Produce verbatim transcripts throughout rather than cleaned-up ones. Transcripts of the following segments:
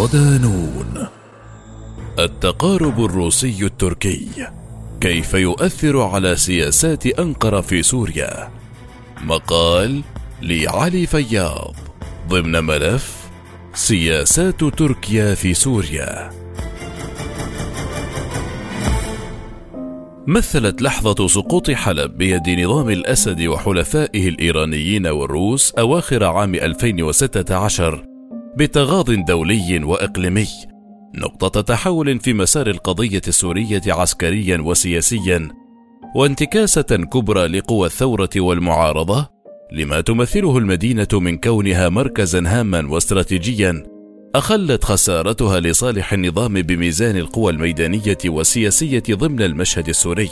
صدانون. التقارب الروسي التركي كيف يؤثر على سياسات أنقرة في سوريا؟ مقال لعلي فياض ضمن ملف سياسات تركيا في سوريا. مثلت لحظة سقوط حلب بيد نظام الأسد وحلفائه الإيرانيين والروس أواخر عام ألفين وستة عشر بتغاض دولي وإقليمي، نقطة تحول في مسار القضية السورية عسكريا وسياسيا، وانتكاسة كبرى لقوى الثورة والمعارضة لما تمثله المدينة من كونها مركزا هاما واستراتيجيا أخلت خسارتها لصالح النظام بميزان القوى الميدانية والسياسية ضمن المشهد السوري،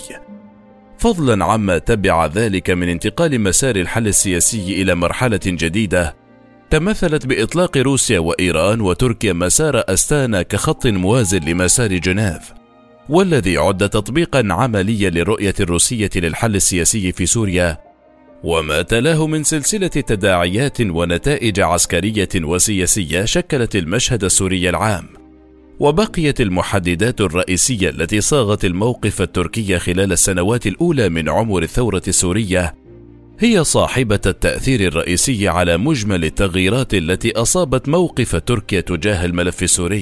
فضلا عما تبع ذلك من انتقال مسار الحل السياسي إلى مرحلة جديدة تمثلت بإطلاق روسيا وإيران وتركيا مسار أستانا كخط موازن لمسار جنيف، والذي عد تطبيقا عمليا للرؤية الروسية للحل السياسي في سوريا، وما تلاه من سلسلة تداعيات ونتائج عسكرية وسياسية شكلت المشهد السوري العام. وبقيت المحددات الرئيسية التي صاغت الموقف التركي خلال السنوات الأولى من عمر الثورة السورية هي صاحبة التأثير الرئيسي على مجمل التغييرات التي أصابت موقف تركيا تجاه الملف السوري.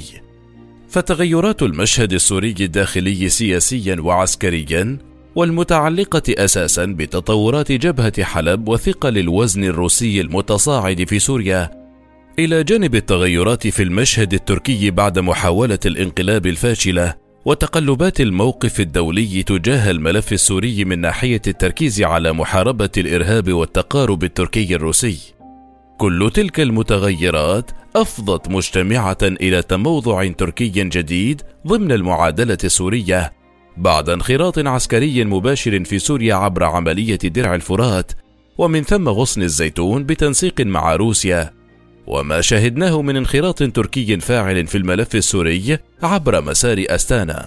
فتغيرات المشهد السوري الداخلي سياسيا وعسكريا، والمتعلقة أساسا بتطورات جبهة حلب وثقل الوزن الروسي المتصاعد في سوريا، إلى جانب التغيرات في المشهد التركي بعد محاولة الانقلاب الفاشلة وتقلبات الموقف الدولي تجاه الملف السوري من ناحية التركيز على محاربة الإرهاب والتقارب التركي الروسي. كل تلك المتغيرات أفضت مجتمعة إلى تموضع تركي جديد ضمن المعادلة السورية بعد انخراط عسكري مباشر في سوريا عبر عملية درع الفرات، ومن ثم غصن الزيتون بتنسيق مع روسيا، وما شاهدناه من انخراط تركي فاعل في الملف السوري عبر مسار أستانا.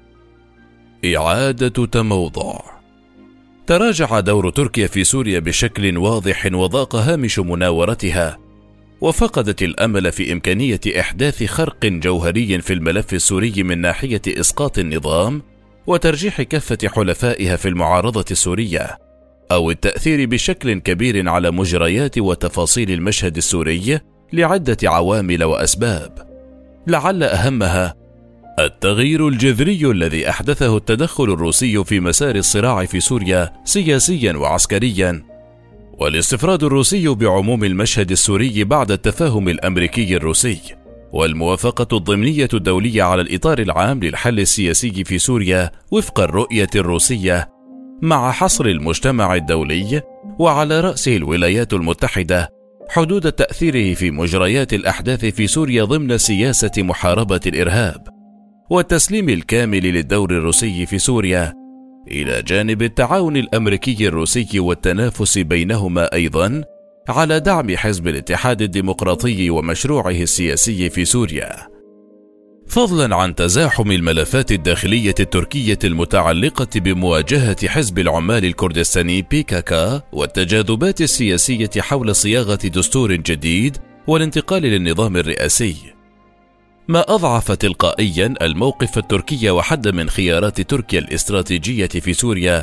إعادة تموضع. تراجع دور تركيا في سوريا بشكل واضح وضاق هامش مناورتها، وفقدت الأمل في إمكانية إحداث خرق جوهري في الملف السوري من ناحية إسقاط النظام وترجيح كافة حلفائها في المعارضة السورية، أو التأثير بشكل كبير على مجريات وتفاصيل المشهد السوري لعدة عوامل وأسباب، لعل أهمها التغيير الجذري الذي أحدثه التدخل الروسي في مسار الصراع في سوريا سياسيا وعسكريا، والاستفراد الروسي بعموم المشهد السوري بعد التفاهم الأمريكي الروسي، والموافقة الضمنية الدولية على الإطار العام للحل السياسي في سوريا وفق الرؤية الروسية، مع حصر المجتمع الدولي وعلى رأسه الولايات المتحدة حدود تأثيره في مجريات الأحداث في سوريا ضمن سياسة محاربة الإرهاب، والتسليم الكامل للدور الروسي في سوريا، إلى جانب التعاون الأمريكي الروسي والتنافس بينهما أيضا على دعم حزب الاتحاد الديمقراطي ومشروعه السياسي في سوريا، فضلا عن تزاحم الملفات الداخلية التركية المتعلقة بمواجهة حزب العمال الكردستاني بي كي كي والتجاذبات السياسية حول صياغة دستور جديد والانتقال للنظام الرئاسي، ما أضعف تلقائيا الموقف التركي وحد من خيارات تركيا الاستراتيجية في سوريا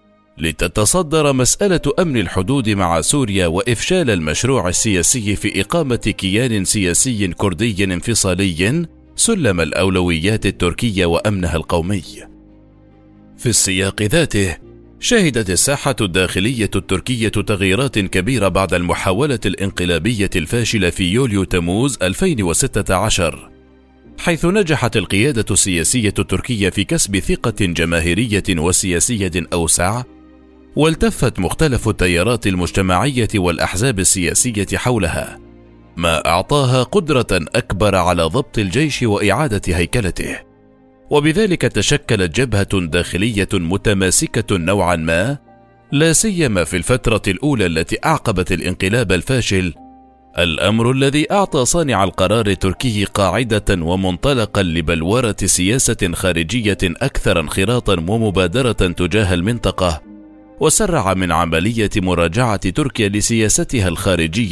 لتتصدر مسألة أمن الحدود مع سوريا وإفشال المشروع السياسي في إقامة كيان سياسي كردي انفصالي سلم الأولويات التركية وأمنها القومي. في السياق ذاته، شهدت الساحة الداخلية التركية تغييرات كبيرة بعد المحاولة الانقلابية الفاشلة في يوليو تموز ألفين وستة عشر، حيث نجحت القيادة السياسية التركية في كسب ثقة جماهيرية وسياسية أوسع، والتفت مختلف التيارات المجتمعية والأحزاب السياسية حولها، ما أعطاها قدرة أكبر على ضبط الجيش وإعادة هيكلته، وبذلك تشكلت جبهة داخلية متماسكة نوعا ما، لا سيما في الفترة الأولى التي أعقبت الانقلاب الفاشل، الأمر الذي أعطى صانع القرار التركي قاعدة ومنطلقا لبلورة سياسة خارجية أكثر انخراطا ومبادرة تجاه المنطقة، وسرع من عملية مراجعة تركيا لسياستها الخارجية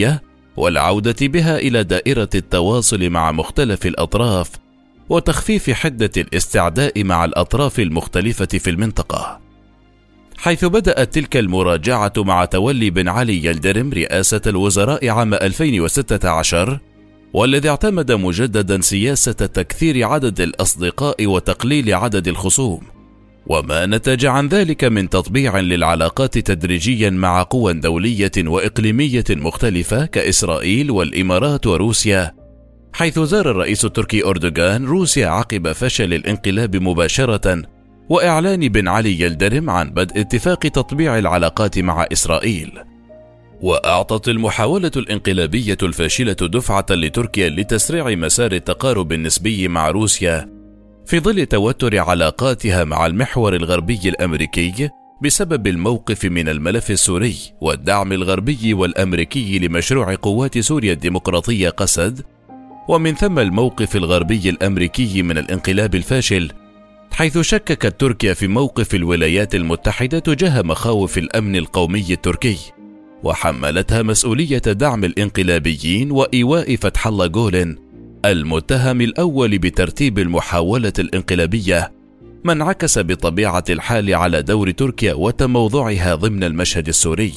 والعودة بها إلى دائرة التواصل مع مختلف الأطراف وتخفيف حدة الاستعداء مع الأطراف المختلفة في المنطقة. حيث بدأت تلك المراجعة مع تولي بن علي يلدرم رئاسة الوزراء عام ألفين وستة عشر، والذي اعتمد مجددا سياسة تكثير عدد الأصدقاء وتقليل عدد الخصوم، وما نتج عن ذلك من تطبيع للعلاقات تدريجيا مع قوى دولية وإقليمية مختلفة كإسرائيل والإمارات وروسيا، حيث زار الرئيس التركي أردوغان روسيا عقب فشل الانقلاب مباشرة وإعلان بن علي يلدرم عن بدء اتفاق تطبيع العلاقات مع إسرائيل. وأعطت المحاولة الانقلابية الفاشلة دفعة لتركيا لتسريع مسار التقارب النسبي مع روسيا في ظل توتر علاقاتها مع المحور الغربي الأمريكي بسبب الموقف من الملف السوري والدعم الغربي والأمريكي لمشروع قوات سوريا الديمقراطية قسد، ومن ثم الموقف الغربي الأمريكي من الانقلاب الفاشل، حيث شككت تركيا في موقف الولايات المتحدة تجاه مخاوف الأمن القومي التركي، وحملتها مسؤولية دعم الانقلابيين وإيواء فتح الله جولن المتهم الأول بترتيب المحاولة الانقلابية، ما انعكس بطبيعة الحال على دور تركيا وتموضعها ضمن المشهد السوري.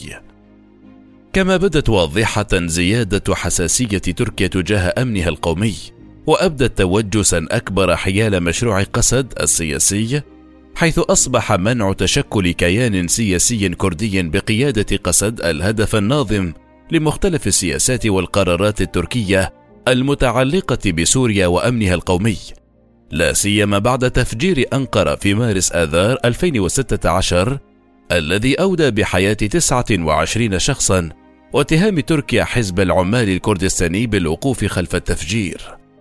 كما بدت واضحة زيادة حساسية تركيا تجاه أمنها القومي، وأبدت توجسا أكبر حيال مشروع قسد السياسي، حيث أصبح منع تشكل كيان سياسي كردي بقيادة قسد الهدف الناظم لمختلف السياسات والقرارات التركية المتعلقة بسوريا وأمنها القومي، لا سيما بعد تفجير أنقرة في مارس آذار ألفين وستة عشر الذي أودى بحياة تسعة وعشرين شخصا، واتهام تركيا حزب العمال الكردستاني بالوقوف خلف التفجير.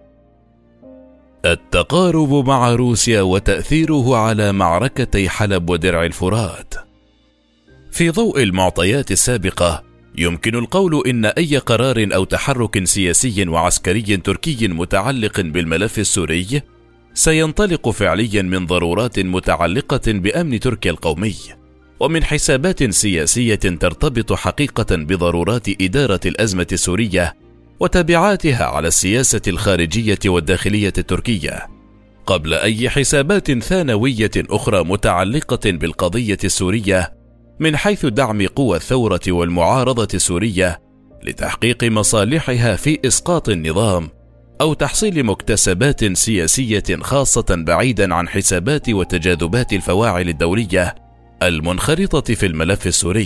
التقارب مع روسيا وتأثيره على معركتي حلب ودرع الفرات. في ضوء المعطيات السابقة، يمكن القول إن أي قرار أو تحرك سياسي وعسكري تركي متعلق بالملف السوري سينطلق فعليا من ضرورات متعلقة بأمن تركيا القومي، ومن حسابات سياسية ترتبط حقيقة بضرورات إدارة الأزمة السورية وتبعاتها على السياسة الخارجية والداخلية التركية، قبل أي حسابات ثانوية أخرى متعلقة بالقضية السورية من حيث دعم قوى الثورة والمعارضة السورية لتحقيق مصالحها في إسقاط النظام أو تحصيل مكتسبات سياسية خاصة بعيدا عن حسابات وتجاذبات الفواعل الدولية المنخرطة في الملف السوري.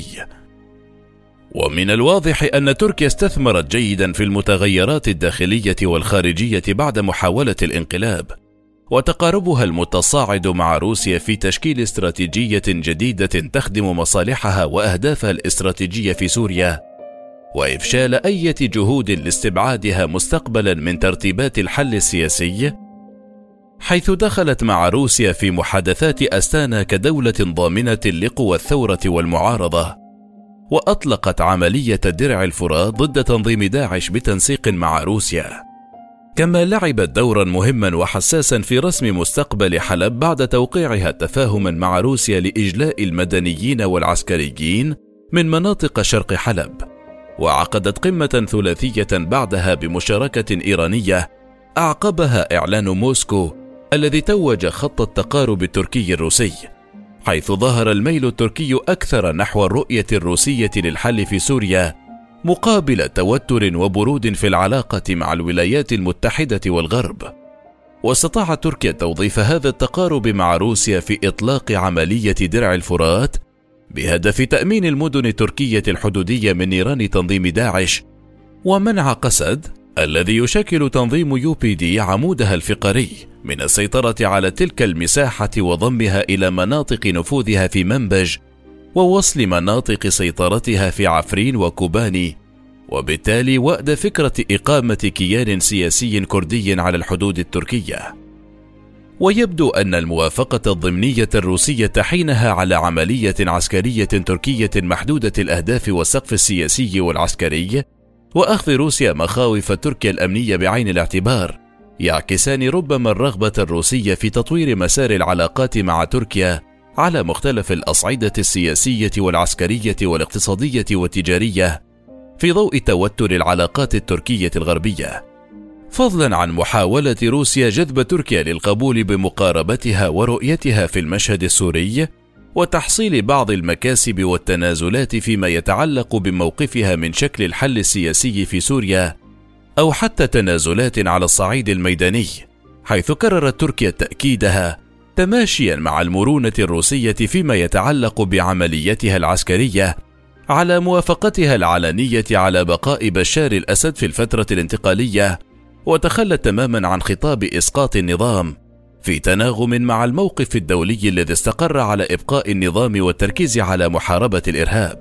ومن الواضح أن تركيا استثمرت جيدا في المتغيرات الداخلية والخارجية بعد محاولة الانقلاب، وتقاربها المتصاعد مع روسيا في تشكيل استراتيجية جديدة تخدم مصالحها وأهدافها الاستراتيجية في سوريا، وإفشال أي جهود لاستبعادها مستقبلا من ترتيبات الحل السياسي، حيث دخلت مع روسيا في محادثات أستانا كدولة ضامنة لقوى الثورة والمعارضة، وأطلقت عملية درع الفرات ضد تنظيم داعش بتنسيق مع روسيا. كما لعبت دورا مهما وحساسا في رسم مستقبل حلب بعد توقيعها تفاهما مع روسيا لإجلاء المدنيين والعسكريين من مناطق شرق حلب، وعقدت قمة ثلاثية بعدها بمشاركة إيرانية أعقبها إعلان موسكو الذي توج خط التقارب التركي الروسي، حيث ظهر الميل التركي أكثر نحو الرؤية الروسية للحل في سوريا مقابل توتر وبرود في العلاقة مع الولايات المتحدة والغرب. واستطاعت تركيا توظيف هذا التقارب مع روسيا في إطلاق عملية درع الفرات بهدف تأمين المدن التركية الحدودية من نيران تنظيم داعش، ومنع قسد الذي يشكل تنظيم يو بي دي عمودها الفقري من السيطرة على تلك المساحة وضمها إلى مناطق نفوذها في منبج، ووصل مناطق سيطرتها في عفرين وكوباني، وبالتالي وأد فكرة إقامة كيان سياسي كردي على الحدود التركية. ويبدو أن الموافقة الضمنية الروسية حينها على عملية عسكرية تركية محدودة الأهداف والسقف السياسي والعسكري، وأخذ روسيا مخاوف تركيا الأمنية بعين الاعتبار، يعكسان ربما الرغبة الروسية في تطوير مسار العلاقات مع تركيا على مختلف الأصعدة السياسية والعسكرية والاقتصادية والتجارية، في ضوء توتر العلاقات التركية الغربية، فضلا عن محاولة روسيا جذب تركيا للقبول بمقاربتها ورؤيتها في المشهد السوري، وتحصيل بعض المكاسب والتنازلات فيما يتعلق بموقفها من شكل الحل السياسي في سوريا، أو حتى تنازلات على الصعيد الميداني، حيث قررت تركيا تأكيدها تماشيا مع المرونة الروسية فيما يتعلق بعمليتها العسكرية على موافقتها العلنية على بقاء بشار الأسد في الفترة الانتقالية، وتخلت تماما عن خطاب إسقاط النظام، في تناغم مع الموقف الدولي الذي استقر على إبقاء النظام والتركيز على محاربة الإرهاب.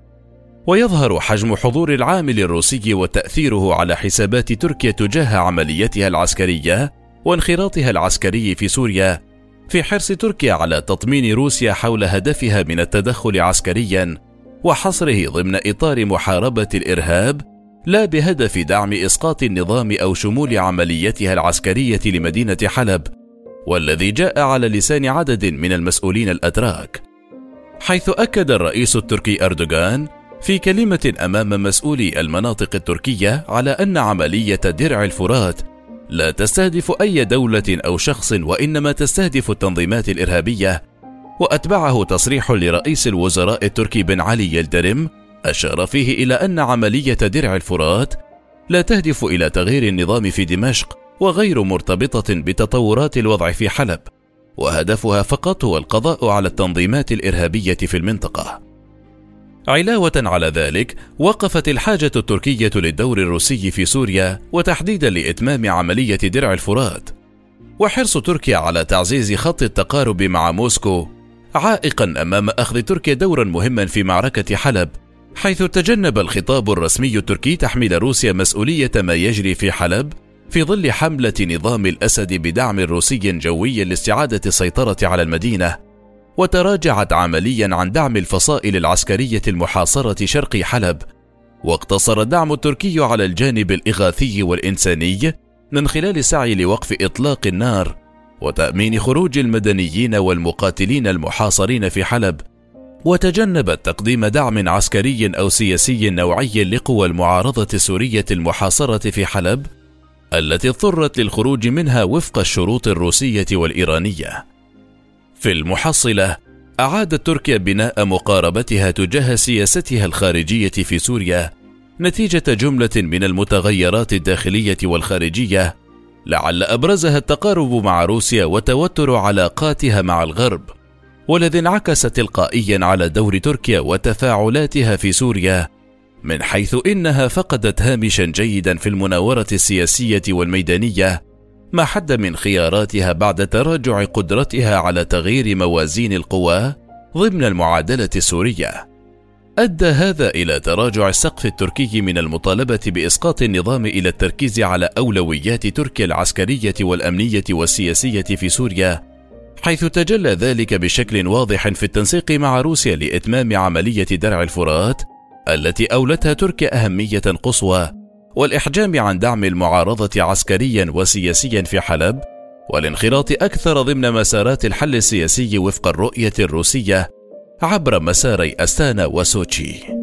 ويظهر حجم حضور العامل الروسي وتأثيره على حسابات تركيا تجاه عمليتها العسكرية وانخراطها العسكري في سوريا في حرص تركيا على تطمين روسيا حول هدفها من التدخل عسكريا وحصره ضمن إطار محاربة الإرهاب، لا بهدف دعم إسقاط النظام أو شمول عمليتها العسكرية لمدينة حلب، والذي جاء على لسان عدد من المسؤولين الأتراك، حيث أكد الرئيس التركي أردوغان في كلمة أمام مسؤولي المناطق التركية على أن عملية درع الفرات لا تستهدف أي دولة أو شخص، وإنما تستهدف التنظيمات الإرهابية. وأتبعه تصريح لرئيس الوزراء التركي بن علي يلدرم أشار فيه إلى أن عملية درع الفرات لا تهدف إلى تغيير النظام في دمشق، وغير مرتبطة بتطورات الوضع في حلب، وهدفها فقط هو القضاء على التنظيمات الإرهابية في المنطقة. علاوة على ذلك، وقفت الحاجة التركية للدور الروسي في سوريا، وتحديدا لإتمام عملية درع الفرات، وحرص تركيا على تعزيز خط التقارب مع موسكو عائقا أمام أخذ تركيا دورا مهما في معركة حلب، حيث تجنب الخطاب الرسمي التركي تحميل روسيا مسؤولية ما يجري في حلب في ظل حملة نظام الأسد بدعم روسي جوي لاستعادة السيطرة على المدينة، وتراجعت عمليا عن دعم الفصائل العسكرية المحاصرة شرق حلب، واقتصر الدعم التركي على الجانب الإغاثي والإنساني من خلال سعي لوقف إطلاق النار وتأمين خروج المدنيين والمقاتلين المحاصرين في حلب، وتجنبت تقديم دعم عسكري أو سياسي نوعي لقوى المعارضة السورية المحاصرة في حلب التي اضطرت للخروج منها وفق الشروط الروسية والإيرانية. في المحصلة، أعادت تركيا بناء مقاربتها تجاه سياستها الخارجية في سوريا نتيجة جملة من المتغيرات الداخلية والخارجية، لعل أبرزها التقارب مع روسيا وتوتر علاقاتها مع الغرب، والذي انعكس تلقائيا على دور تركيا وتفاعلاتها في سوريا، من حيث إنها فقدت هامشا جيدا في المناورة السياسية والميدانية، ما حد من خياراتها بعد تراجع قدرتها على تغيير موازين القوى ضمن المعادلة السورية. أدى هذا إلى تراجع السقف التركي من المطالبة بإسقاط النظام إلى التركيز على أولويات تركيا العسكرية والأمنية والسياسية في سوريا، حيث تجلى ذلك بشكل واضح في التنسيق مع روسيا لإتمام عملية درع الفرات التي أولتها تركيا أهمية قصوى، والإحجام عن دعم المعارضة عسكريا وسياسيا في حلب، والانخراط أكثر ضمن مسارات الحل السياسي وفق الرؤية الروسية عبر مساري أستانا وسوتشي.